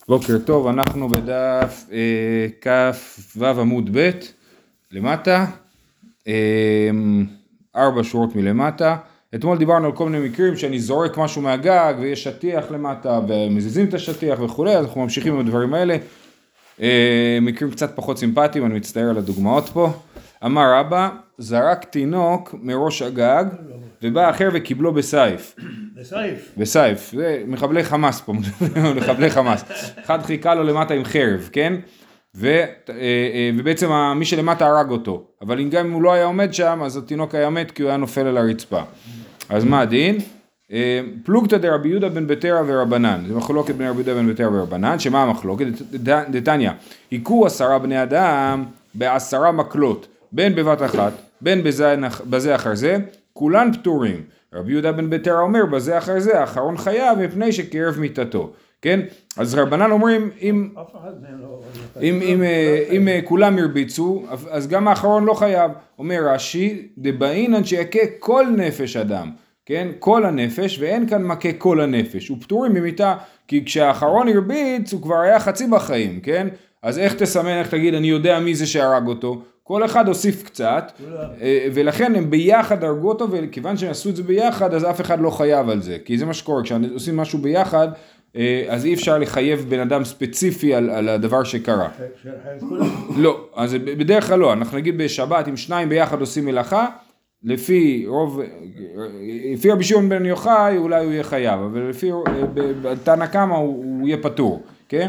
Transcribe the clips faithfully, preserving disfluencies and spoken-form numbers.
בוקר טוב, אנחנו בדף אה, כ"ו עמוד ב' למטה, אה, ארבע שורות מלמטה. אתמול דיברנו על כל מיני מקרים שאני זורק משהו מהגג ויש שטיח למטה ומזיזים את השטיח וכו', אז אנחנו ממשיכים עם הדברים האלה. אה, מקרים קצת פחות סימפטיים, אני מצטער על הדוגמאות פה. אמר רבא, זרק תינוק מראש הגג ובא אחר וקיבלו בסייף. בסייף? בסייף, זה מחבלי חמאס פה, מחבלי חמאס. אחד חיכה לו למטה עם חרב, כן? ו, ובעצם מי שלמטה הרג אותו. אבל גם אם הוא לא היה עומד שם, אז התינוק היה מת כי הוא היה נופל על הרצפה. אז מה הדין? פלוגתא דרבי יהודה בן בתרא ורבנן. זה מחלוקת בין רבי יהודה בן בתרא ורבנן. שמה המחלוקת? דתניא. היכו עשרה בני אדם בעשרה מקלות. בין בבת אחת, בין בזה, בזה אחר זה, כולן פטורים. רבי יהודה בן בתרא אומר, בזה אחר זה, האחרון חייב מפני שקרב מיתתו. כן? אז רבנן אומרים, אם, אם, אם, אם, אם כולם הרביצו, אז גם האחרון לא חייב. אומר רש"י, דבעינן שיכה כל נפש אדם. כן? כל הנפש, ואין כאן מכה כל הנפש. הוא פטורים ממיתה, כי כשהאחרון הרביץ, הוא כבר היה חצי בחיים, כן? אז איך תסמן, איך תגיד, אני יודע מי זה שהרג אותו? כל אחד הוסיף קצת, ולכן הם ביחד הרגו אותו, וכיוון שהם עשו את זה ביחד, אז אף אחד לא חייב על זה. כי זה מה שקורה, כשעושים משהו ביחד, אז אי אפשר לחייב בן אדם ספציפי על, על הדבר שקרה. לא, אז בדרך כלל לא. אנחנו נגיד בשבת, אם שניים ביחד עושים מלאכה, לפי רוב, לפי רבי שמעון בן יוחאי, אולי הוא יהיה חייב, אבל לפי תנא קמא הוא, הוא יהיה פטור, כן?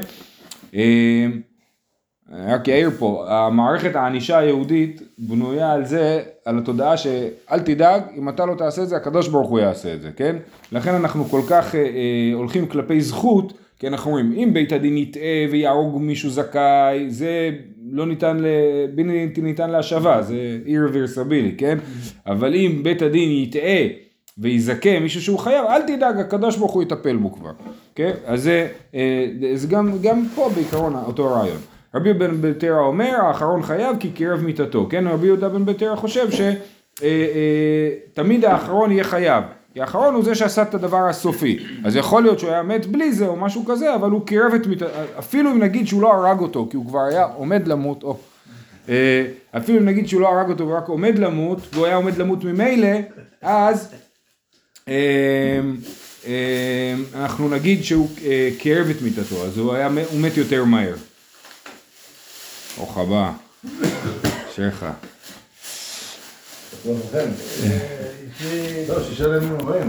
רק יאיר פה, המערכת הענישה היהודית בנויה על זה, על התודעה שאל תדאג, אם אתה לא תעשה את זה, הקדוש ברוך הוא יעשה את זה, כן? לכן אנחנו כל כך אה, הולכים כלפי זכות, כי אנחנו אומרים, אם בית הדין יטעה ויהרוג מישהו זכאי, זה לא ניתן, בלתי ניתן להשבה, זה irreversible, כן? אבל אם בית הדין יטעה ויזכה מישהו שהוא חייב, אל תדאג, הקדוש ברוך הוא יטפל בו כבר, כן? אז זה, זה גם, גם פה בעיקרון אותו רעיון. רבי יהודה בן בתרא אומר, האחרון חייב כי קרב מיתתו, כן? רבי יהודה בן בתרא חושב שתמיד האחרון יהיה חייב, כי האחרון הוא זה שעשה את הדבר הסופי, אז יכול להיות שהוא היה מת בלי זה או משהו כזה, אבל הוא קרב את מיתתו, אפילו אם נגיד שהוא לא הרג אותו, כי הוא כבר היה עומד למות, או, אפילו אם נגיד שהוא לא הרג אותו ורק עומד למות, והוא היה עומד למות ממילא, אז אנחנו נגיד שהוא קרב את מיתתו, אז הוא, היה, הוא מת יותר מהר. ברוך הבא, שלך. לא, שישלם ממובעים,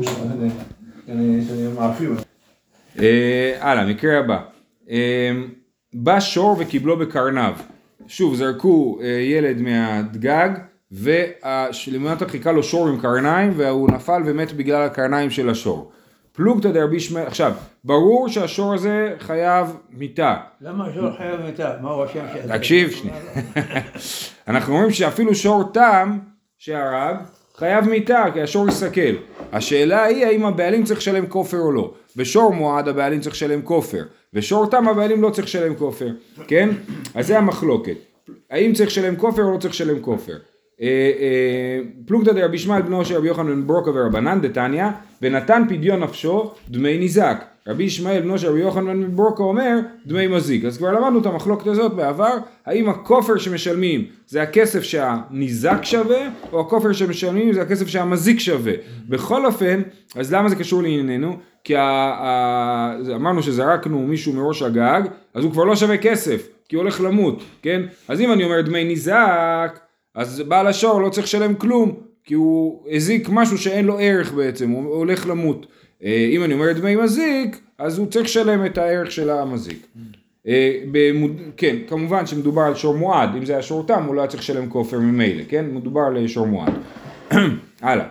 שאני מעפיל. הלאה, מקרה הבא. בא שור וקיבלו בקרניו. שוב, זרקו ילד מהדגג, ולמטה חיכה לו שור עם קרניים, והוא נפל ומת בגלל הקרניים של השור. פלוגתא דרבי ישמעאל, עכשיו, ברור שהשור הזה חייב מיתה. למה השור חייב מיתה? מה הוא השם שזה? תקשיב שנייה. אנחנו אומרים שאפילו שור תם שהרג, חייב מיתה, כי השור יסכל. השאלה היא האם הבעלים צריך לשלם כופר או לא. בשור מועד הבעלים צריך לשלם כופר, ושור תם הבעלים לא צריך לשלם כופר, כן? אז זה המחלוקת. האם צריך לשלם כופר או לא צריך לשלם כופר? פלוגתא דרבי ישמעאל בנו של רבי יוחנן בן ברוקה ורבנן דתניא, ונתן פדיון נפשו דמי ניזק. רבי ישמעאל בנו של רבי יוחנן בן ברוקה אומר דמי מזיק. אז כבר למדנו את המחלוקת הזאת בעבר, האם הכופר שמשלמים זה הכסף שהניזק שווה, או הכופר שמשלמים זה הכסף שהמזיק שווה. בכל אופן, אז למה זה קשור לענייננו? כי אמרנו שזרקנו מישהו מראש הגג, אז הוא כבר לא שווה כסף, כי הוא הולך למות, כן? אז אם אני אומר דמי ניזק, אז בעל השור לא צריך לשלם כלום, כי הוא הזיק משהו שאין לו ערך בעצם, הוא הולך למות. אם אני אומר דמי מזיק, אז הוא צריך לשלם את הערך של המזיק. כן, כמובן שמדובר על שור מועד, אם זה היה שור תם, הוא לא צריך לשלם כופר ממילא, כן? מדובר על שור מועד. הלאה.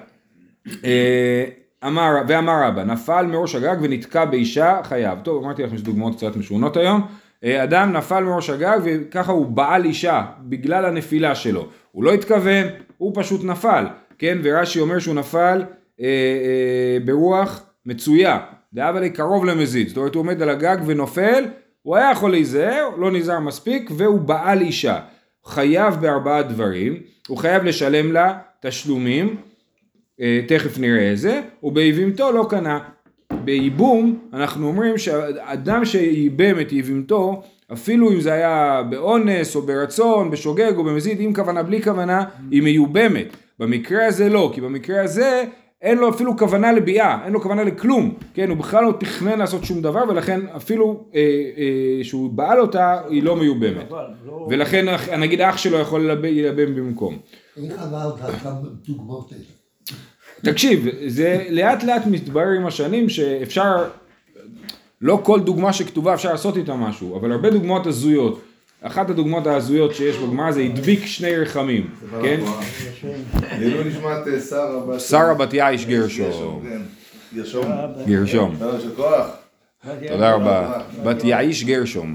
ואמר רבא, נפל מראש הגג ונתקע באישה חייב. טוב, אמרתי לכם שדוגמאות קצת משונות היום. אדם נפל מראש הגג וככה הוא בעל אישה בגלל הנפילה שלו. הוא לא התכוון, הוא פשוט נפל, כן? ורש"י אומר שהוא נפל אה, אה, ברוח מצויה, דאבה לי קרוב למזיד, זאת אומרת הוא עומד על הגג ונופל, הוא היה יכול להיזהר, לא נזהר מספיק, והוא בעל אישה. חייב בארבעה דברים, הוא חייב לשלם לה תשלומים, אה, תכף נראה איזה, ובהיבמתו לא קנה. בייבום אנחנו אומרים שאדם שייבם את ייבמתו, אפילו אם זה היה באונס או ברצון, בשוגג או במזיד, עם כוונה בלי כוונה, היא מיובמת. במקרה הזה לא, כי במקרה הזה אין לו אפילו כוונה לביאה, אין לו כוונה לכלום, כן, הוא בכלל לא תכנן לעשות שום דבר, ולכן אפילו אה, אה, שהוא בעל אותה, היא לא מיובמת. לא... ולכן נגיד האח שלו יכול לייבם במקום. איך אמרת כמה דוגמאות האלה? תקשיב, זה לאט לאט מתברר עם השנים שאפשר, לא כל דוגמה שכתובה אפשר לעשות איתה משהו, אבל הרבה דוגמאות הזויות. אחת הדוגמאות ההזויות שיש בגמרא זה הדביק שני רחמים, כן? זה לא נשמע את שרה בת... שרה בת יעיש גרשום. גרשום. גרשום. של כוח. תודה רבה. בת יעיש גרשום.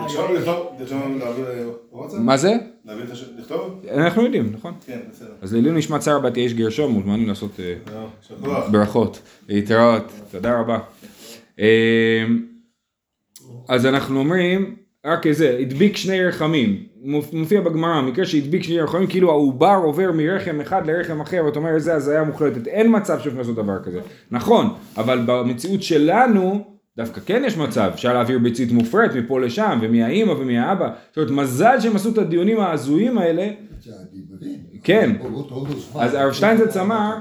מה זה? לכתוב? אנחנו יודעים, נכון? כן, בסדר. אז לעילוי נשמת שרה בת יעיש גרשום, מוזמנים לעשות ברכות. להתראות. תודה רבה. אז אנחנו אומרים, רק איזה, הדביק שני רחמים, מופיע בגמרא, מקרה שהדביק שני רחמים, כאילו העובר עובר מרחם אחד לרחם אחר, ואתה אומר, איזה הזיה מוחלטת, אין מצב שאפשר לעשות דבר כזה. נכון, אבל במציאות שלנו, דווקא כן יש מצב, אפשר להעביר ביצית מופרט מפה לשם, ומהאמא ומהאבא, זאת אומרת, מזל שהם עשו את הדיונים ההזויים האלה, כן, אז הרב שטיינזלץ אמר,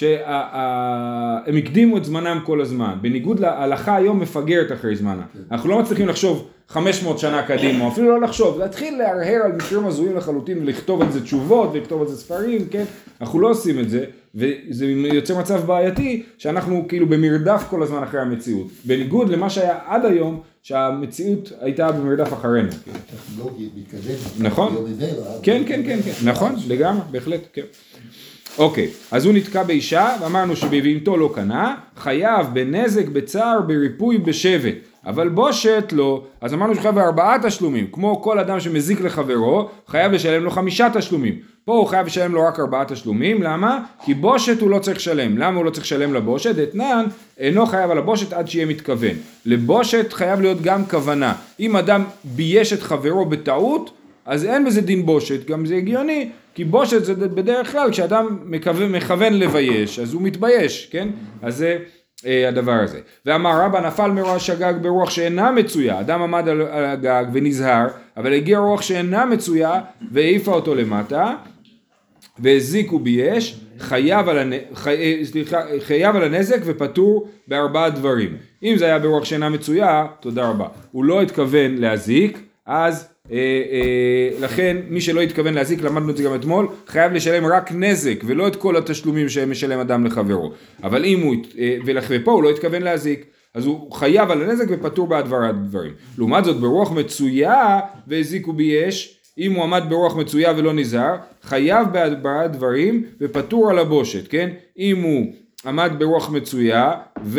שהם הקדימו את זמנם כל הזמן, בניגוד להלכה היום מפגרת אחרי זמנה. אנחנו לא מצליחים לחשוב חמש מאות שנה קדימה, אפילו לא לחשוב, להתחיל להרהר על מקרים הזויים לחלוטין ולכתוב על זה תשובות ולכתוב על זה ספרים, כן? אנחנו לא עושים את זה, וזה יוצא מצב בעייתי שאנחנו כאילו במרדף כל הזמן אחרי המציאות, בניגוד למה שהיה עד היום, שהמציאות הייתה במרדף אחרינו. טכנולוגיה מתקדמת. נכון? כן, כן, כן, כן, נכון, לגמרי, בהחלט, כן. אוקיי, אז הוא נתקע באישה, ואמרנו שבבהמתו לא קנה, חייב בנזק, בצער, בריפוי, בשבט, אבל בושת לא, אז אמרנו שחייב בארבעה תשלומים, כמו כל אדם שמזיק לחברו, חייב לשלם לו חמישה תשלומים, פה הוא חייב לשלם לו רק ארבעה תשלומים, למה? כי בושת הוא לא צריך לשלם, למה הוא לא צריך לשלם לבושת? אתנן, אינו חייב על הבושת עד שיהיה מתכוון, לבושת חייב להיות גם כוונה, אם אדם בייש את חברו בטעות, אז אין בזה דין בושת, גם זה הגיוני, כי בושת זה בדרך כלל, כשאדם מכוון, מכוון לבייש, אז הוא מתבייש, כן? אז זה אה, הדבר הזה. ואמר רבא נפל מראש הגג ברוח שאינה מצויה, אדם עמד על, על הגג ונזהר, אבל הגיע רוח שאינה מצויה, והעיפה אותו למטה, והזיק ובייש, חייב על, הנ... חי... סליחה, חייב על הנזק ופטור בארבעה דברים. אם זה היה ברוח שאינה מצויה, תודה רבה. הוא לא התכוון להזיק, אז אה, אה, לכן מי שלא התכוון להזיק, למדנו את זה גם אתמול, חייב לשלם רק נזק ולא את כל התשלומים שמשלם אדם לחברו. אבל אם הוא, אה, ופה הוא לא התכוון להזיק, אז הוא חייב על הנזק ופטור בהדברת דברים. לעומת זאת ברוח מצויה והזיק ובייש, אם הוא עמד ברוח מצויה ולא נזהר, חייב בהדברת דברים ופטור על הבושת, כן? אם הוא עמד ברוח מצויה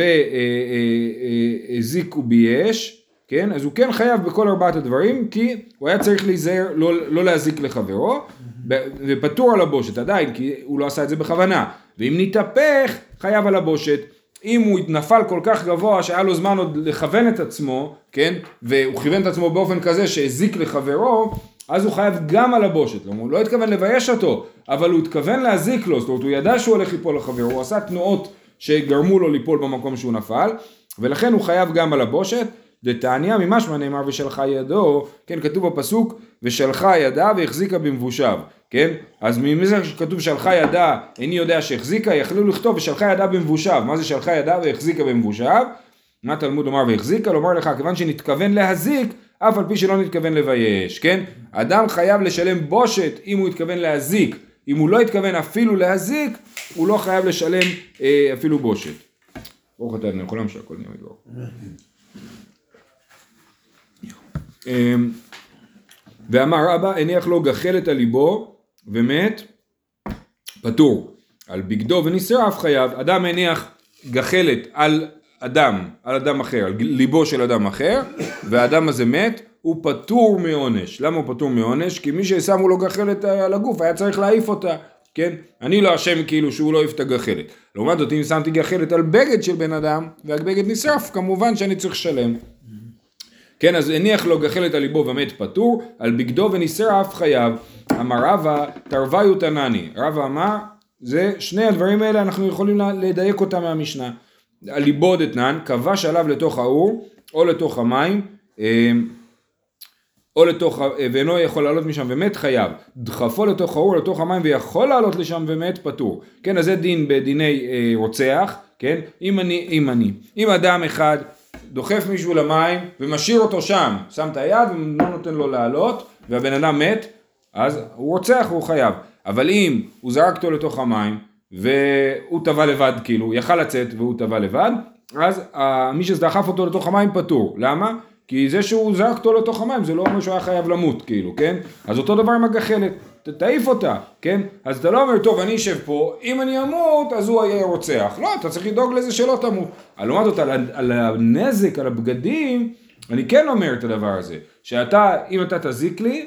והזיק ובייש, כן? אז הוא כן חייב בכל ארבעת הדברים, כי הוא היה צריך להיזהר, לא, לא להזיק לחברו, ופטור על הבושת עדיין, כי הוא לא עשה את זה בכוונה. ואם נתהפך, חייב על הבושת. אם הוא נפל כל כך גבוה, שהיה לו זמן עוד לכוון את עצמו, כן? והוא כיוון את עצמו באופן כזה שהזיק לחברו, אז הוא חייב גם על הבושת. הוא לא התכוון לבייש אותו, אבל הוא התכוון להזיק לו, זאת אומרת, הוא ידע שהוא הולך ליפול לחברו, הוא עשה תנועות שגרמו לו ליפול במקום שהוא נפל, ולכן הוא חייב גם על הבושת. דתניא ממשמע נאמר ושלחה ידו, כן, כתוב בפסוק ושלחה ידה והחזיקה במבושיו, כן? אז מזה שכתוב שלחה ידה, איני יודע שהחזיקה, יכלו לכתוב ושלחה ידה במבושיו. מה זה שלחה ידה והחזיקה במבושיו? מה תלמוד אומר והחזיקה? לומר לך, כיוון שנתכוון להזיק, אף על פי שלא נתכוון לבייש, כן? אדם חייב לשלם בושת אם הוא התכוון להזיק, אם הוא לא התכוון אפילו להזיק, הוא לא חייב לשלם אה, אפילו בושת. ברוך אתה אדוני, לכולם שהכל נהיה מדבר. ואמר רבא הניח לו גחלת על ליבו ומת, פטור. על בגדו ונשרף חייב. אדם הניח גחלת על אדם, על אדם אחר, על ליבו של אדם אחר, והאדם הזה מת, הוא פטור מעונש. למה הוא פטור מעונש? כי מי ששמו לו גחלת על הגוף היה צריך להעיף אותה, כן? אני לא אשם כאילו שהוא לא העיף את הגחלת. לעומת זאת, אם שמתי גחלת על בגד של בן אדם והבגד נשרף, כמובן שאני צריך לשלם. כן, אז הניח לו גחלת על ליבו ומת פטור, על בגדו ונשרף חייב. אמר רבא, תרוויו תנני. רבא אמר, זה שני הדברים האלה אנחנו יכולים לדייק אותם מהמשנה. ליבו דתנן, כבש עליו לתוך האור, או לתוך המים, או לתוך, ואינו יכול לעלות משם ומת, חייב. דחפו לתוך האור, לתוך המים, ויכול לעלות לשם ומת, פטור. כן, אז זה דין בדיני אה, רוצח, כן? אם אני, אם אני, אם אדם אחד דוחף מישהו למים, ומשאיר אותו שם, שם את היד, ולא נותן לו לעלות, והבן אדם מת, אז הוא רוצח, הוא חייב. אבל אם הוא זרק אותו לתוך המים, והוא טבע לבד, כאילו, הוא יכל לצאת, והוא טבע לבד, אז אה, מי שדחף אותו לתוך המים, פטור. למה? כי זה שהוא זרק אותו לתוך המים, זה לא אומר שהוא היה חייב למות, כאילו, כן? אז אותו דבר עם הגחלת, תעיף אותה, כן? אז אתה לא אומר, טוב, אני אשב פה, אם אני אמות, אז הוא יהיה רוצח. לא, אתה צריך לדאוג לזה שלא תמות. לעומת אותה, על, על הנזק, על הבגדים, אני כן אומר את הדבר הזה, שאתה, אם אתה תזיק לי,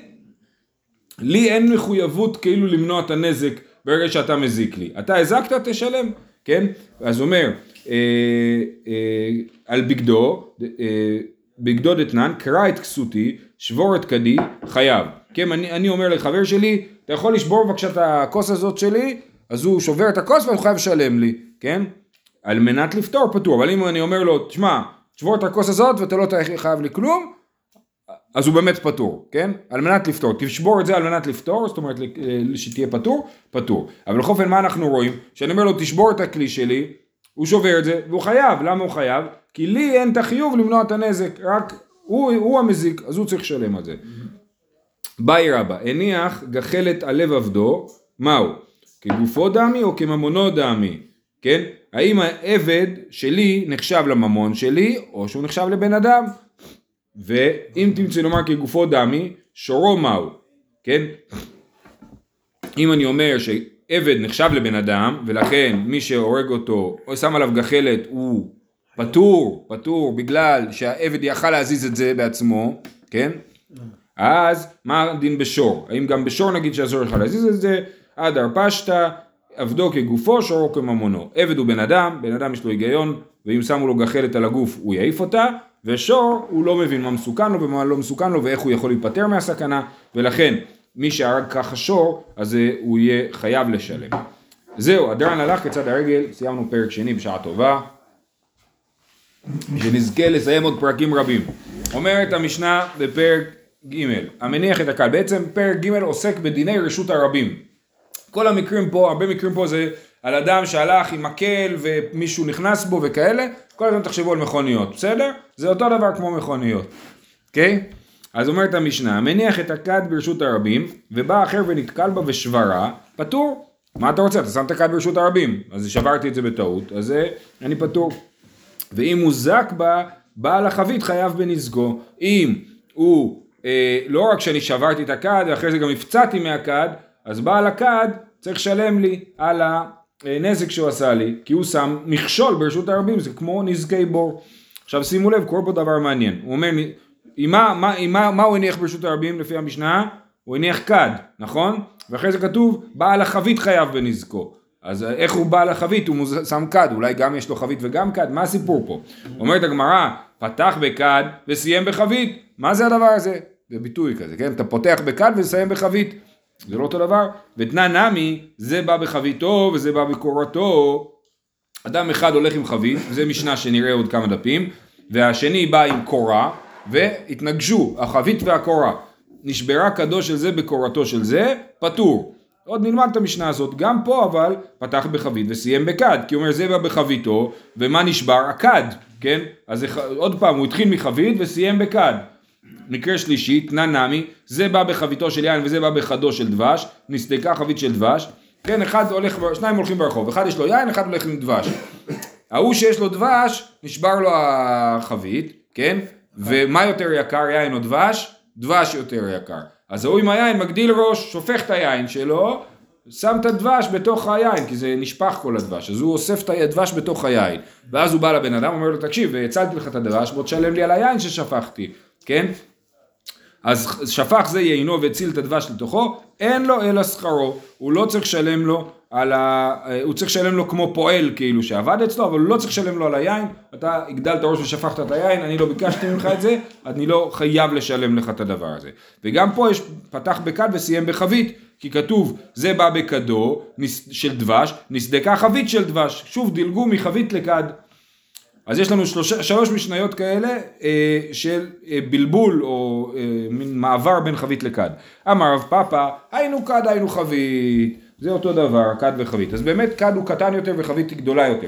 לי אין מחויבות כאילו למנוע את הנזק ברגע שאתה מזיק לי. אתה הזקת, תשלם, כן? אז אומר, אה, אה, על בגדו, אה, בגדו דתנן, קרא את כסותי, שבור את כדי, חייב. כן, אני, אני אומר לחבר שלי, אתה יכול לשבור בבקשה את הכוס הזאת שלי, אז הוא שובר את הכוס והוא חייב לשלם לי, כן? על מנת לפתור, פטור. אבל אם אני אומר לו, תשמע, שבור את הכוס הזאת ואתה לא חייב לי כלום, אז הוא באמת פטור, כן? על מנת לפתור. תשבור את זה על מנת לפתור, זאת אומרת שתהיה פטור, פטור. אבל לחופן מה אנחנו רואים? שאני אומר לו, תשבור את הכלי שלי, הוא שובר את זה, והוא חייב. למה הוא חייב? כי לי אין את החיוב למנוע את הנזק, רק הוא, הוא המזיק, אז הוא צריך לשלם על זה. ביי רבא, הניח גחלת על לב עבדו, מהו? כגופו דמי או כממונו דמי? כן? האם העבד שלי נחשב לממון שלי, או שהוא נחשב לבן אדם? ואם תמצא לומר כגופו דמי, שורו מהו? כן? אם אני אומר שעבד נחשב לבן אדם, ולכן מי שהורג אותו, או שם עליו גחלת, הוא פטור, פטור, בגלל שהעבד יכל להזיז את זה בעצמו, כן? אז מה הדין בשור? האם גם בשור נגיד שהשור יכל להזיז את זה? אדר פשטה, עבדו כגופו, שורו כממונו. עבד הוא בן אדם, בן אדם יש לו היגיון, ואם שמו לו גחלת על הגוף הוא יעיף אותה, ושור הוא לא מבין מה מסוכן לו ומה לא מסוכן לו, ואיך הוא יכול להיפטר מהסכנה, ולכן מי שהרג ככה שור, אז הוא יהיה חייב לשלם. זהו, הדרן הלך כצד הרגל, סיימנו פרק שני בשעה טובה. שנזכה לסיים עוד פרקים רבים. אומרת המשנה בפרק ג' המניח את הקל. בעצם פרק ג' עוסק בדיני רשות הרבים. כל המקרים פה, הרבה מקרים פה זה על אדם שהלך עם מקל ומישהו נכנס בו וכאלה. כל הזמן תחשבו על מכוניות, בסדר? זה אותו דבר כמו מכוניות. אוקיי? אז אומרת המשנה, המניח את הכד ברשות הרבים ובא אחר ונתקל בה ושברה, פטור. מה אתה רוצה? אתה שם את הכד ברשות הרבים. אז שברתי את זה בטעות, אז אני פטור. ואם הוא זק בה, בעל החבית חייב בנזקו. אם הוא, אה, לא רק שאני שברתי את הכד, ואחרי זה גם הפצעתי מהכד, אז בעל הכד צריך לשלם לי על הנזק שהוא עשה לי, כי הוא שם מכשול ברשות הרבים, זה כמו נזקי בור. עכשיו שימו לב, קורה פה דבר מעניין. הוא אומר, מה, מה, מה, מה הוא הניח ברשות הרבים לפי המשנה? הוא הניח כד, נכון? ואחרי זה כתוב, בעל החבית חייב בנזקו. אז איך הוא בא לחבית? הוא שם כד, אולי גם יש לו חבית וגם כד, מה הסיפור פה? אומרת הגמרא, פתח בכד וסיים בחבית, מה זה הדבר הזה? זה ביטוי כזה, כן? אתה פותח בכד וסיים בחבית, זה לא אותו דבר. ותנא נמי, זה בא בחביתו וזה בא בקורתו. אדם אחד הולך עם חבית, וזה משנה שנראה עוד כמה דפים, והשני בא עם קורה, והתנגשו, החבית והקורה. נשברה כדו של זה בקורתו של זה, פטור. עוד נלמד את המשנה הזאת, גם פה אבל פתח בחבית וסיים בכד, כי הוא אומר זה בא בחביתו, ומה נשבר? הכד, כן? אז עוד פעם, הוא התחיל מחבית וסיים בכד. מקרה שלישי, תנא נמי, זה בא בחביתו של יין וזה בא בחדו של דבש, נסדקה חבית של דבש, כן, אחד הולך, שניים הולכים ברחוב, אחד יש לו יין, אחד הולך עם דבש. ההוא שיש לו דבש, נשבר לו החבית, כן? ומה יותר יקר, יין או דבש? דבש יותר יקר. אז ההוא עם היין מגדיל ראש, שופך את היין שלו, שם את הדבש בתוך היין, כי זה נשפך כל הדבש, אז הוא אוסף את הדבש בתוך היין, ואז הוא בא לבן אדם, אומר לו, תקשיב, הצלתי לך את הדבש, בוא תשלם לי על היין ששפכתי, כן? אז שפך זה יינו והציל את הדבש לתוכו, אין לו אלא שכרו, הוא לא צריך לשלם לו על ה... הוא צריך לשלם לו כמו פועל כאילו שעבד אצלו, אבל הוא לא צריך לשלם לו על היין, אתה הגדלת ראש ושפכת את היין, אני לא ביקשתי ממך את זה, אני לא חייב לשלם לך את הדבר הזה. וגם פה יש פתח בכד וסיים בחבית, כי כתוב זה בא בכדו של דבש, נסדקה חבית של דבש, שוב דילגו מחבית לכד. אז יש לנו שלוש, שלוש משניות כאלה אה, של אה, בלבול או אה, מין מעבר בין חבית לכד. אמר רב פאפא, היינו כד היינו חבית, זה אותו דבר, כד וחבית. אז באמת כד הוא קטן יותר וחבית היא גדולה יותר.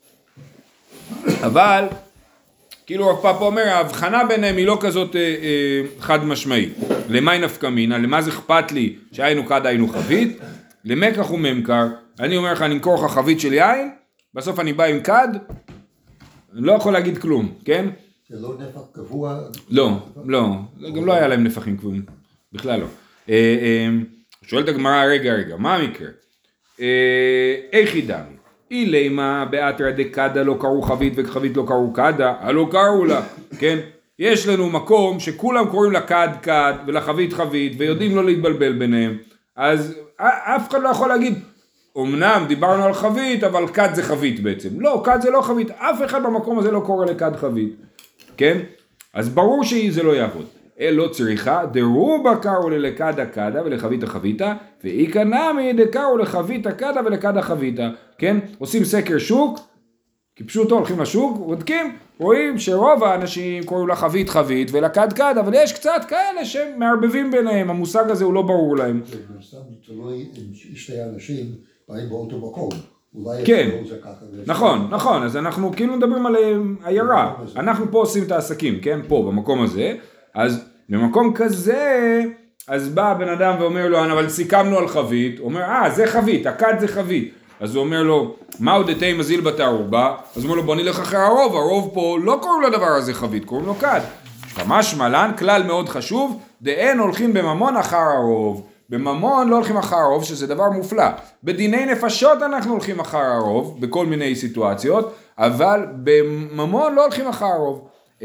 אבל כאילו רב פאפא אומר, ההבחנה ביניהם היא לא כזאת אה, אה, חד משמעית. למה היא נפקא מינה? למה זה אכפת לי שהיינו כד היינו חבית? למקח וממכר, אני אומר לך אני אמכור לך חבית של יין, בסוף אני בא עם כד, אני לא יכול להגיד כלום, כן? זה לא נפח קבוע? לא, לא, גם לא היה להם נפחים קבועים, בכלל לא. שואלת הגמרא, רגע רגע, מה המקרה? איך ידענו? אילימה באתרא דקדא לא קראו חבית וחבית לא קראו קדא, הלא קראו לה, כן? יש לנו מקום שכולם קוראים לה כד כד ולחבית חבית ויודעים לא להתבלבל ביניהם, אז אף אחד לא יכול להגיד, אמנם דיברנו על חבית, אבל כד זה חבית בעצם. לא, כד זה לא חבית, אף אחד במקום הזה לא קורא לכד חבית, כן? אז ברור שזה לא יעבוד. לא צריכה, דרובה קראו לכד הקדה ולחבית החביתה, ואיקא נמי דקראו לחבית הקדה ולכד החביתה, כן? עושים סקר שוק, כי פשוט הולכים לשוק, בודקים, רואים שרוב האנשים קוראים לחבית חבית ולכד כד, אבל יש קצת כאלה שמערבבים ביניהם, המושג הזה הוא לא ברור להם. זה תלוי אם שתי אנשים באים באותו מקום. כן, נכון, נכון, אז אנחנו כאילו מדברים על עיירה, אנחנו פה עושים את העסקים, כן, פה, במקום הזה, אז במקום כזה, אז בא בן אדם ואומר לו, אבל סיכמנו על חבית, הוא אומר, אה, זה חבית, הכד זה חבית, אז הוא אומר לו, מה עוד אתי מזיל בתערובה? אז הוא אומר לו, בוא נלך אחרי הרוב, הרוב פה לא קוראים לדבר הזה חבית, קוראים לו כד. ממש מלן, כלל מאוד חשוב, דאין הולכים בממון אחר הרוב, בממון לא הולכים אחר הרוב, שזה דבר מופלא. בדיני נפשות אנחנו הולכים אחר הרוב, בכל מיני סיטואציות, אבל בממון לא הולכים אחר הרוב.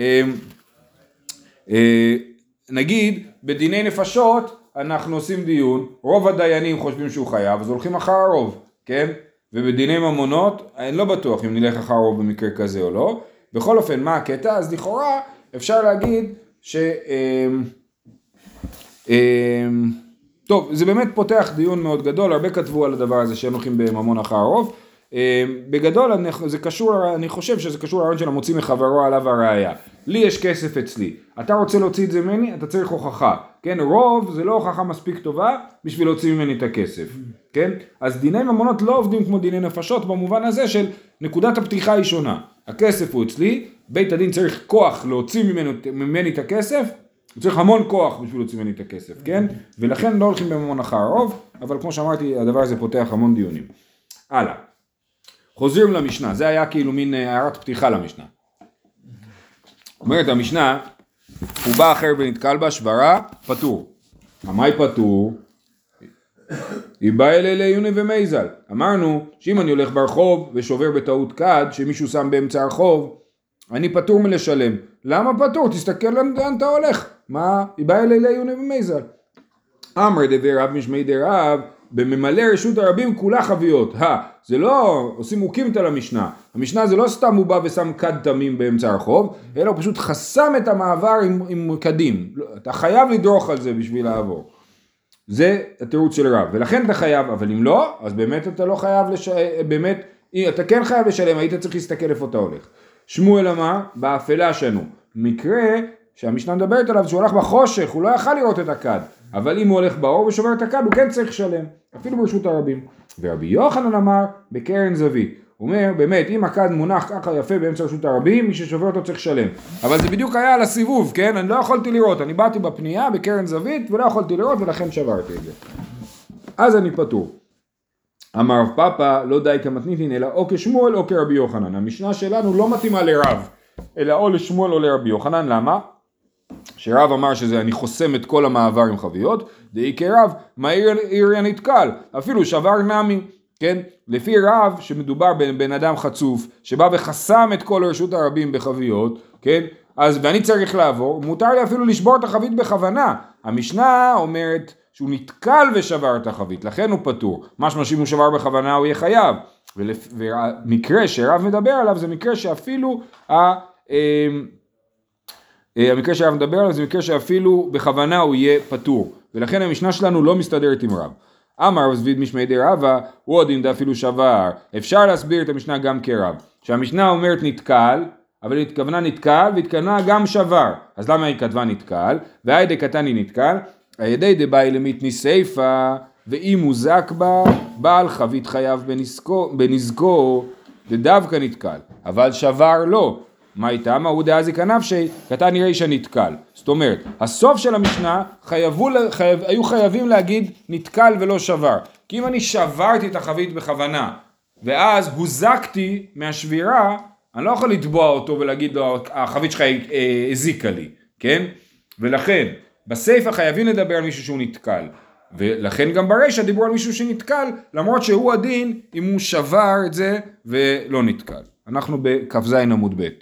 נגיד, בדיני נפשות אנחנו עושים דיון, רוב הדיינים חושבים שהוא חייב, אז הולכים אחר הרוב, כן? ובדיני ממונות, אני לא בטוח אם נלך אחר הרוב במקרה כזה או לא. בכל אופן, מה הקטע? אז לכאורה אפשר להגיד ש... טוב, זה באמת פותח דיון מאוד גדול, הרבה כתבו על הדבר הזה שהם הולכים בממון אחר הרוב. בגדול זה קשור, אני חושב שזה קשור לרעיון של המוציא מחברו עליו הראייה. לי יש כסף אצלי, אתה רוצה להוציא את זה ממני, אתה צריך הוכחה, כן? רוב זה לא הוכחה מספיק טובה בשביל להוציא ממני את הכסף, כן? אז דיני ממונות לא עובדים כמו דיני נפשות במובן הזה של נקודת הפתיחה היא שונה. הכסף הוא אצלי, בית הדין צריך כוח להוציא ממנו, ממני את הכסף, הוא צריך המון כוח בשביל להוציא ממני את הכסף, כן? ולכן לא הולכים בממון אחר הרוב, אבל כמו שאמרתי, הדבר הזה פותח המון דיונים. הלאה. חוזרים למשנה, זה היה כאילו מין הערת פתיחה למשנה. אומרת המשנה, הוא בא אחר ונתקל בה, שברה, פטור. המאי פטור? היא באה אלי ליוני ומייזל. אמרנו שאם אני הולך ברחוב ושובר בטעות כד, שמישהו שם באמצע הרחוב, אני פטור מלשלם. למה פטור? תסתכל לאן אתה הולך. מה? היא באה אלי ליוני ומייזל. אמר דבר רב משמי דרב, בממלא רשות הרבים כולה חביות. הא, זה לא, עושים מוקים על המשנה. המשנה זה לא סתם הוא בא ושם כד תמים באמצע הרחוב, אלא הוא פשוט חסם את המעבר עם, עם כדים. אתה חייב לדרוך על זה בשביל לעבור. זה התירוץ של רב, ולכן אתה חייב, אבל אם לא, אז באמת אתה לא חייב לשלם, באמת, אתה כן חייב לשלם, היית צריך להסתכל איפה אתה הולך. שמואל אמר, באפלה שנו. מקרה שהמשנה מדברת עליו, שהוא הולך בחושך, הוא לא יכל לראות את הכד. אבל אם הוא הולך באור ושובר את הכד, הוא כן צריך לשלם, אפילו ברשות הרבים. ורבי יוחנן אמר, בקרן זווית. הוא אומר, באמת, אם הכד מונח ככה יפה באמצע רשות הרבים, מי ששובר אותו צריך לשלם. אבל זה בדיוק היה על הסיבוב, כן? אני לא יכולתי לראות, אני באתי בפנייה, בקרן זווית, ולא יכולתי לראות, ולכן שברתי את זה. אז אני פטור. אמר רב פאפא, לא די כמתניתין, אלא או כשמואל או כרבי יוחנן. המשנה שלנו לא מתאימה לרב, אלא או לשמואל או לרבי יוחנן. למה? שרב אמר שזה אני חוסם את כל המעבר עם חביות, דאי כרב, מה עיר נתקל? אפילו שבר נמי, כן? לפי רב שמדובר בבן אדם חצוף, שבא וחסם את כל רשות הרבים בחביות, כן? אז ואני צריך לעבור, מותר לי אפילו לשבור את החבית בכוונה. המשנה אומרת שהוא נתקל ושבר את החבית, לכן הוא פטור. משמע שאם הוא שבר בכוונה הוא יהיה חייב. ומקרה שרב מדבר עליו זה מקרה שאפילו ה... המקרה שהרב מדבר עליו זה מקרה שאפילו בכוונה הוא יהיה פטור, ולכן המשנה שלנו לא מסתדרת עם רב. אמר זביד משמי דרבה, הוא עוד אם אפילו שבר. אפשר להסביר את המשנה גם כרב. שהמשנה אומרת נתקל, אבל היא התכוונה נתקל והתכוונה גם שבר. אז למה היא כתבה נתקל? והידי קטני נתקל, הידי דבאי למיתני סייפה, ואם הוא זק בה, בעל חבית חייב בנזקו, בנזקו דווקא נתקל, אבל שבר לא. מה איתה? מה הוא דאזיק הנפשי, קטני רישא נתקל. זאת אומרת, הסוף של המשנה חייבו, חייב, היו חייבים להגיד נתקל ולא שבר. כי אם אני שברתי את החבית בכוונה, ואז הוזקתי מהשבירה, אני לא יכול לתבוע אותו ולהגיד לו, החבית שלך הזיקה לי, כן? ולכן, בסייפה חייבים לדבר על מישהו שהוא נתקל. ולכן גם ברישא דיברו על מישהו שנתקל, למרות שהוא הדין אם הוא שבר את זה ולא נתקל. אנחנו בכ"ז עמוד ב'.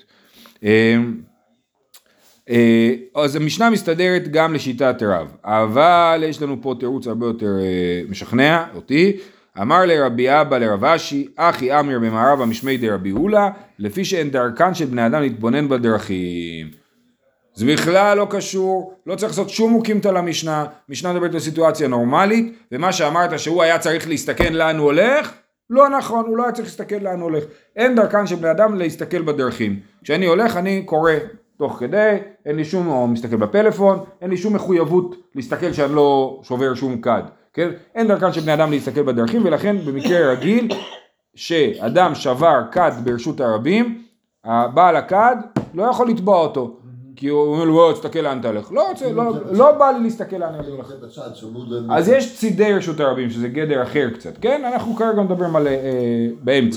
אז המשנה מסתדרת גם לשיטת רב, אבל יש לנו פה תירוץ הרבה יותר משכנע אותי. אמר לרבי אבא לרב אשי, אחי אמיר במערב המשמי דרבי אולה, לפי שאין דרכן של בני אדם להתבונן בדרכים. זה בכלל לא קשור, לא צריך לעשות שום מוקימתא למשנה, משנה מדברת על סיטואציה נורמלית, ומה שאמרת שהוא היה צריך להסתכל לאן הוא הולך, לא נכון, הוא לא היה צריך להסתכל לאן הוא הולך. אין דרכן של בני אדם להסתכל בדרכים. כשאני הולך אני קורא תוך כדי, אין לי שום, או מסתכל בפלאפון, אין לי שום מחויבות להסתכל שאני לא שובר שום קד. כן? אין דרכן של בני אדם להסתכל בדרכים, ולכן במקרה רגיל, שאדם שבר קד ברשות הרבים, הבעל הקד לא יכול לתבוע אותו. כי הוא אומר לו, בוא, תסתכל לאן אתה הולך. לא, לא, לא בא לי להסתכל לאן אתה הולך. אז יש צידי רשות הרבים, שזה גדר אחר קצת, כן? אנחנו כרגע מדברים על באמצע.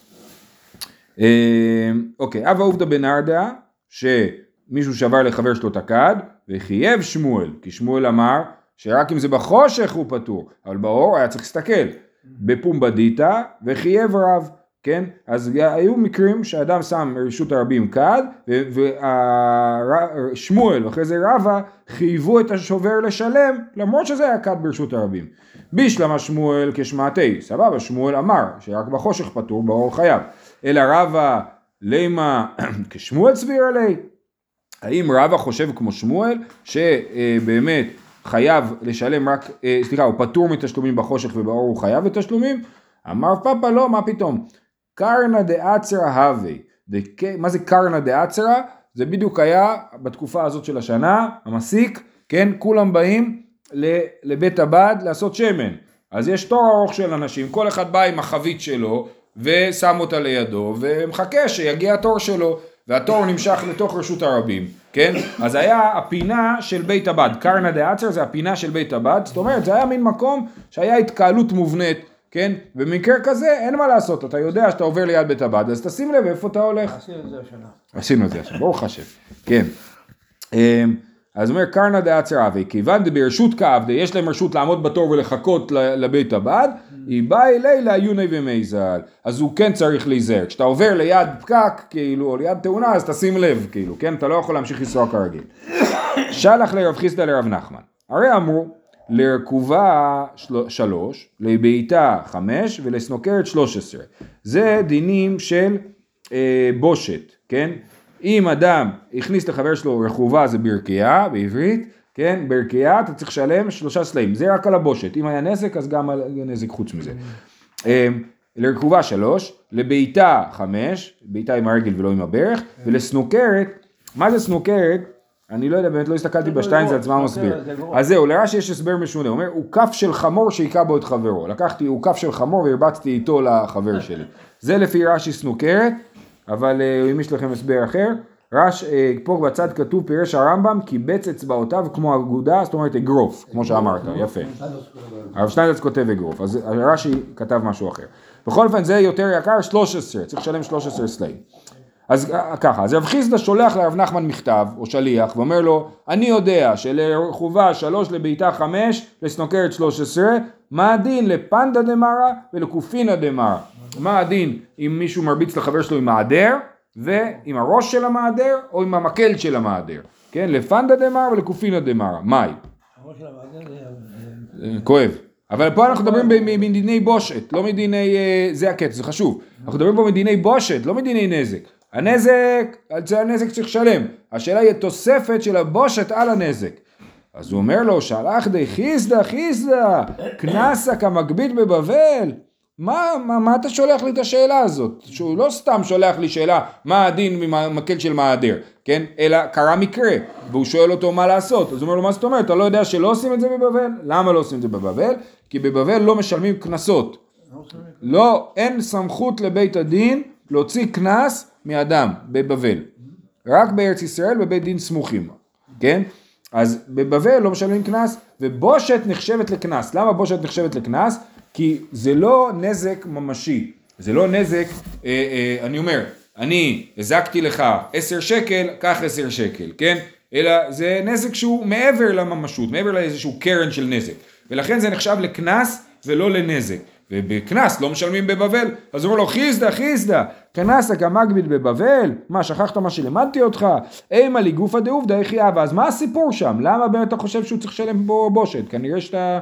אוקיי, אבא עובדא בנרדא, שמישהו שבר לחבר שלו את הכד, וחייב שמואל, כי שמואל אמר, שרק אם זה בחושך הוא פטור, אבל באור היה צריך להסתכל. בפומבדיתא, וחייב רב. כן? אז היו מקרים שאדם שם רשות הרבים כד, ושמואל ואחרי זה רבא חייבו את השובר לשלם, למרות שזה היה כד ברשות הרבים. בישלמה שמואל כשמעתי, סבבה, שמואל אמר שרק בחושך פטור, באור חייב. אלא רבא לימה כשמואל סביר עלי. האם רבא חושב כמו שמואל, שבאמת חייב לשלם רק, סליחה, הוא פטור מתשלומים בחושך ובאור הוא חייב לתשלומים? אמר פאפה לא, מה פתאום? קרנא דאצרא הווי. מה זה קרנא דאצרא? זה בדיוק היה בתקופה הזאת של השנה, המסיק, כן? כולם באים לבית הבד לעשות שמן. אז יש תור ארוך של אנשים, כל אחד בא עם החבית שלו, ושם אותה לידו, ומחכה שיגיע התור שלו, והתור נמשך לתוך רשות הרבים, כן? אז היה הפינה של בית הבד, קרנא דאצרא זה הפינה של בית הבד, זאת אומרת, זה היה מין מקום שהיה התקהלות מובנית, כן? במקרה כזה אין מה לעשות, אתה יודע שאתה עובר ליד בית הבד, אז תשים לב איפה אתה הולך. עשינו את זה השנה. עשינו את זה השנה, ברוך השם, כן. אז אומר קרנא דאצרא הווי, כיוון דברשות כעבדי, יש להם רשות לעמוד בתור ולחכות לבית הבד, היא באה אלי לעיוני ומייזל, אז הוא כן צריך להיזהר. כשאתה עובר ליד פקק, כאילו, או ליד תאונה, אז תשים לב, כאילו, כן? אתה לא יכול להמשיך לנסוע כרגיל. שלח לרב חיסדא לרב נחמן. הרי אמרו, לרכובה שלוש, לביתה חמש ולסנוקרת שלוש עשרה. זה דינים של אה, בושת, כן? אם אדם הכניס לחבר שלו רכובה זה ברכיה בעברית, כן? ברכיה אתה צריך לשלם שלושה סלעים, זה רק על הבושת. אם היה נזק אז גם על נזק חוץ מזה. אה, לרכובה שלוש, לביתה חמש, ביתה עם הרגל ולא עם הברך, ולסנוקרת, מה זה סנוקרת? אני לא יודע, באמת לא הסתכלתי בשטיינזלץ, מה הוא מסביר. אז זהו, לרש"י יש הסבר משונה, הוא אומר, הוא כף של חמור שהיכה בו את חברו. לקחתי, הוא כף של חמור והרבצתי איתו לחבר שלי. זה לפי רש"י סנוקרת, אבל אם יש לכם הסבר אחר, רש, פה בצד כתוב פירש הרמב"ם, קיבץ אצבעותיו כמו אגודה, זאת אומרת אגרוף, כמו שאמרת, יפה. הרב שטיינזלץ כותב אגרוף, אז רש"י כתב משהו אחר. בכל אופן זה יותר יקר, שלוש עשרה, צריך לשלם שלוש עשרה סלעים. אז ככה, אז רב חיסדא שולח לרב נחמן מכתב, או שליח, ואומר לו, אני יודע שלרכובה שלוש לביתה חמש, לסנוקרת שלוש עשרה, מה הדין לפנדה דמרה ולקופינה דמרה? מה הדין אם מישהו מרביץ לחבר שלו עם מעדר, ועם הראש של המעדר, או עם המקל של המעדר? כן, לפנדה דמרה ולקופינה דמרה, מהי? הראש של המעדר זה... כואב. אבל פה אנחנו מדברים מדיני בושת, לא מדיני, זה הקטע, זה חשוב. אנחנו מדברים פה מדיני בושת, לא מדיני נזק. הנזק, על זה הנזק צריך לשלם. השאלה היא תוספת של הבושת על הנזק. אז הוא אומר לו, שלח די חיסדא, חיסדא, כנסה כמגבית בבבל. מה, מה, מה אתה שולח לי את השאלה הזאת? שהוא לא סתם שולח לי שאלה, מה הדין ממקל של מעדר, כן? אלא קרה מקרה, והוא שואל אותו מה לעשות. אז הוא אומר לו, מה זאת אומרת? אתה לא יודע שלא עושים את זה בבבל? למה לא עושים את זה בבבל? כי בבבל לא משלמים קנסות. לא, אין סמכות לבית הדין להוציא קנס מאדם בבבל. רק בארץ ישראל בבית דין סמוכים, כן? אז בבבל לא משלמים קנס, ובושת נחשבת לקנס. למה בושת נחשבת לקנס? כי זה לא נזק ממשי, זה לא נזק, אה, אה, אני אומר, אני הזקתי לך עשר שקל, קח עשר שקל, כן? אלא זה נזק שהוא מעבר לממשות, מעבר לאיזשהו קרן של נזק, ולכן זה נחשב לקנס ולא לנזק, ובקנס לא משלמים בבבל, אז הוא אומר לו, חיסדה, חיסדה, קנס כמגביל בבבל, מה, שכחת מה שלמדתי אותך? אימה לי גופה דעובדא איך אבא, אז מה הסיפור שם? למה באמת אתה חושב שהוא צריך לשלם בו בושת? כנראה שאתה...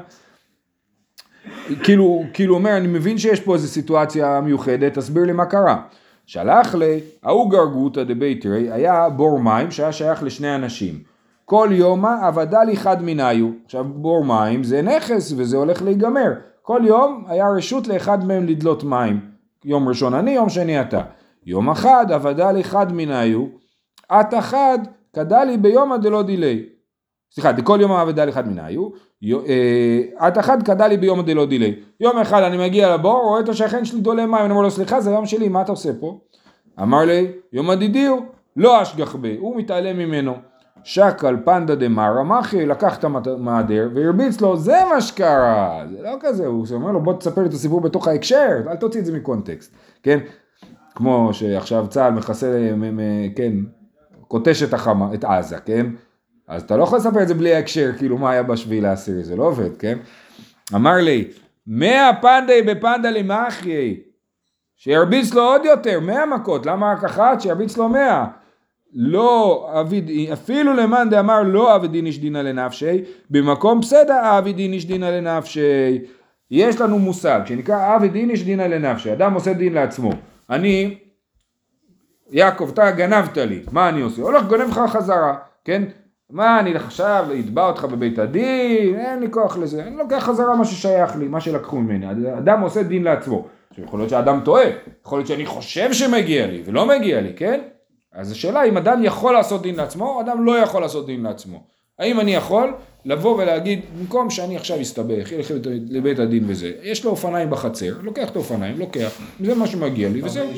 כאילו, כאילו אומר, אני מבין שיש פה איזו סיטואציה מיוחדת, תסביר לי מה קרה. שלח לי, ההוא גרגותא דביתרי, היה בור מים שהיה שייך לשני אנשים. כל יומא עבדה לי חד מניו. עכשיו בור מים זה נכס וזה הולך להיגמר. כל יום היה רשות לאחד מהם לדלות מים. יום ראשון אני, יום שני אתה. יום אחד עבדה לי חד מניו, את אחד קדה לי ביומא דלא דילי. סליחה, כל יום עבדה לי חד מניו, את אחד קדה לי ביומא דלא דילי. יום אחד אני מגיע לבור, רואה את השכן שלי דולה מים, אני אומר לו, סליחה, זה היום שלי, מה אתה עושה פה? אמר לי, יום הדידיו, לא אשגח בי, הוא מתעלם ממנו. שקל פנדה דמר, המחי, לקח את המעדר והרביץ לו, זה מה שקרה, זה לא כזה, הוא אומר לו, בוא תספר לי את הסיפור בתוך ההקשר, אל תוציא את זה מקונטקסט, כן? כמו שעכשיו צה"ל מכסה, כן, קוטש את החמה, את עזה, כן? אז אתה לא יכול לספר את זה בלי ההקשר, כאילו מה היה בשביל העשירי, זה לא עובד, כן? אמר לי, מאה פנדי בפנדה למחי, שירביץ לו עוד יותר, מאה מכות, למה רק אחת? שירביץ לו מאה. לא אביד, אפילו למאן דאמר לא אבי דין איש דינא לנפשי, במקום פסדה אבי דין איש דינא לנפשי. יש לנו מושג שנקרא אבי דין איש דינא לנפשי, אדם עושה דין לעצמו. אני, יעקב, אתה גנבת לי, מה אני עושה? הולך גונב לך חזרה, כן? מה אני עכשיו אתבע אותך בבית הדין, אין לי כוח לזה, אני לוקח חזרה מה ששייך לי, מה שלקחו ממני. אדם עושה דין לעצמו, יכול להיות שאדם טועה, יכול להיות שאני חושב שמגיע לי ולא מגיע לי, כן? אז השאלה אם אדם יכול לעשות דין לעצמו, או אדם לא יכול לעשות דין לעצמו. האם אני יכול לבוא ולהגיד, במקום שאני עכשיו אסתבך, ילך לבית הדין וזה, יש לו אופניים בחצר, לוקח את האופניים, לוקח, זה מה שמגיע לי, וזהו.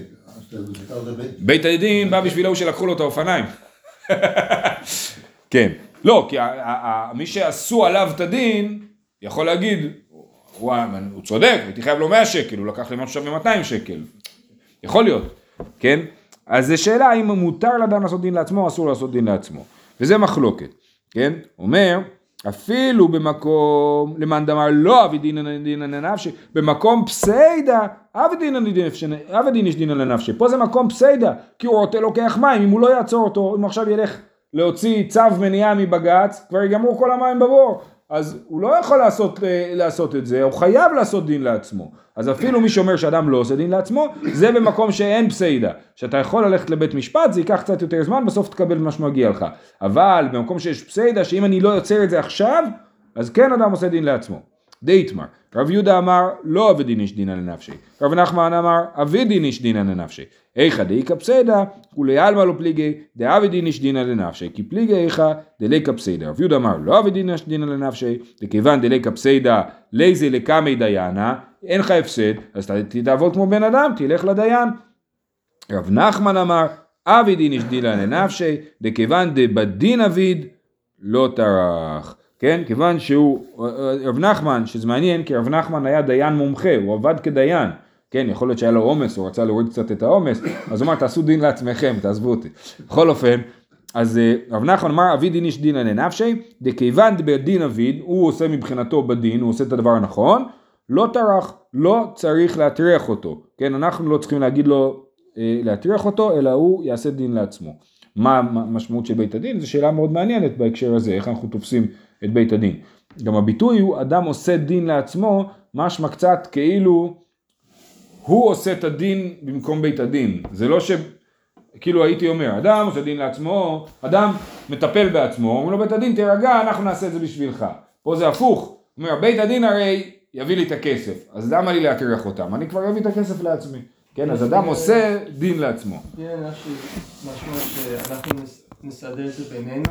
בית הדין בא בשבילו שלקחו לו את האופניים. כן, לא, כי מי שעשו עליו את הדין, יכול להגיד, הוא צודק, הייתי חייב לו מאה שקל, הוא לקח לי משהו שווה מאתיים שקל. יכול להיות, כן? אז זו שאלה האם מותר לאדם לעשות דין לעצמו או אסור לעשות דין לעצמו. וזה מחלוקת, כן? אומר, אפילו במקום, למאן דאמר לא אבי דינא לנפשי, במקום פסיידא, אבי דין איש דינא לנפשי. פה זה מקום פסיידא, כי הוא רוצה לוקח מים, אם הוא לא יעצור אותו, אם עכשיו ילך להוציא צו מניעה מבג"ץ, כבר יגמרו כל המים בבור. אז הוא לא יכול לעשות, לעשות את זה, הוא חייב לעשות דין לעצמו. אז אפילו מי שאומר שאדם לא עושה דין לעצמו, זה במקום שאין פסיידה. שאתה יכול ללכת לבית משפט, זה ייקח קצת יותר זמן, בסוף תקבל מה שמגיע לך. אבל במקום שיש פסיידה, שאם אני לא יוצר את זה עכשיו, אז כן אדם עושה דין לעצמו. דאיתמר, רב יהודה אמר, לא אבי דין איש דינא לנפשי. רב נחמן אמר, אבי דין איש דינא לנפשי. איכא דאיכא פסיידה, כולי עלמא לא פליגי, דאבי דין איש דינא לנפשי. כי פליגי איכא דליקא פסיידה. רב יהודה אמר, לא אבי דין איש דינא לנפשי, וכיוון דליקא פסיידה, ליזי לקמי דיינה, אין לך הפסד, אז תעבוד כמו בן אדם, תלך לדיין. רב נחמן אמר, אבי דין איש דינא לנפשי, דכיוון דבדין אביד, לא טרח. כן, כיוון שהוא, רב נחמן, שזה מעניין, כי רב נחמן היה דיין מומחה, הוא עבד כדיין, כן, יכול להיות שהיה לו עומס, הוא רצה להוריד קצת את העומס, אז הוא אמר, תעשו דין לעצמכם, תעזבו אותי. בכל אופן, אז רב נחמן אמר, אבי דין איש דינא לנפשי, דכיוון דבדין אביד, הוא עושה מבחינתו בדין, הוא עושה את הדבר הנכון, לא טרח, לא צריך להטריח אותו, כן, אנחנו לא צריכים להגיד לו להטריח אותו, אלא הוא יעשה דין לעצמו. מה המשמעות של בית הדין? זו שאלה מאוד מעניינת בהקשר הזה, איך אנחנו תופסים את בית הדין. גם הביטוי הוא, אדם עושה דין לעצמו, משמע קצת כאילו הוא עושה את הדין במקום בית הדין. זה לא ש... כאילו הייתי אומר, אדם עושה דין לעצמו, אדם מטפל בעצמו, אומר לו בית הדין תרגע, אנחנו נעשה את זה בשבילך. פה זה הפוך. אומר, בית הדין הרי יביא לי את הכסף, אז למה לי להטריח אותם? אני כבר אביא את הכסף לעצמי. כן, אז אדם עושה דין לעצמו. משמע שאנחנו נסדר את זה בינינו.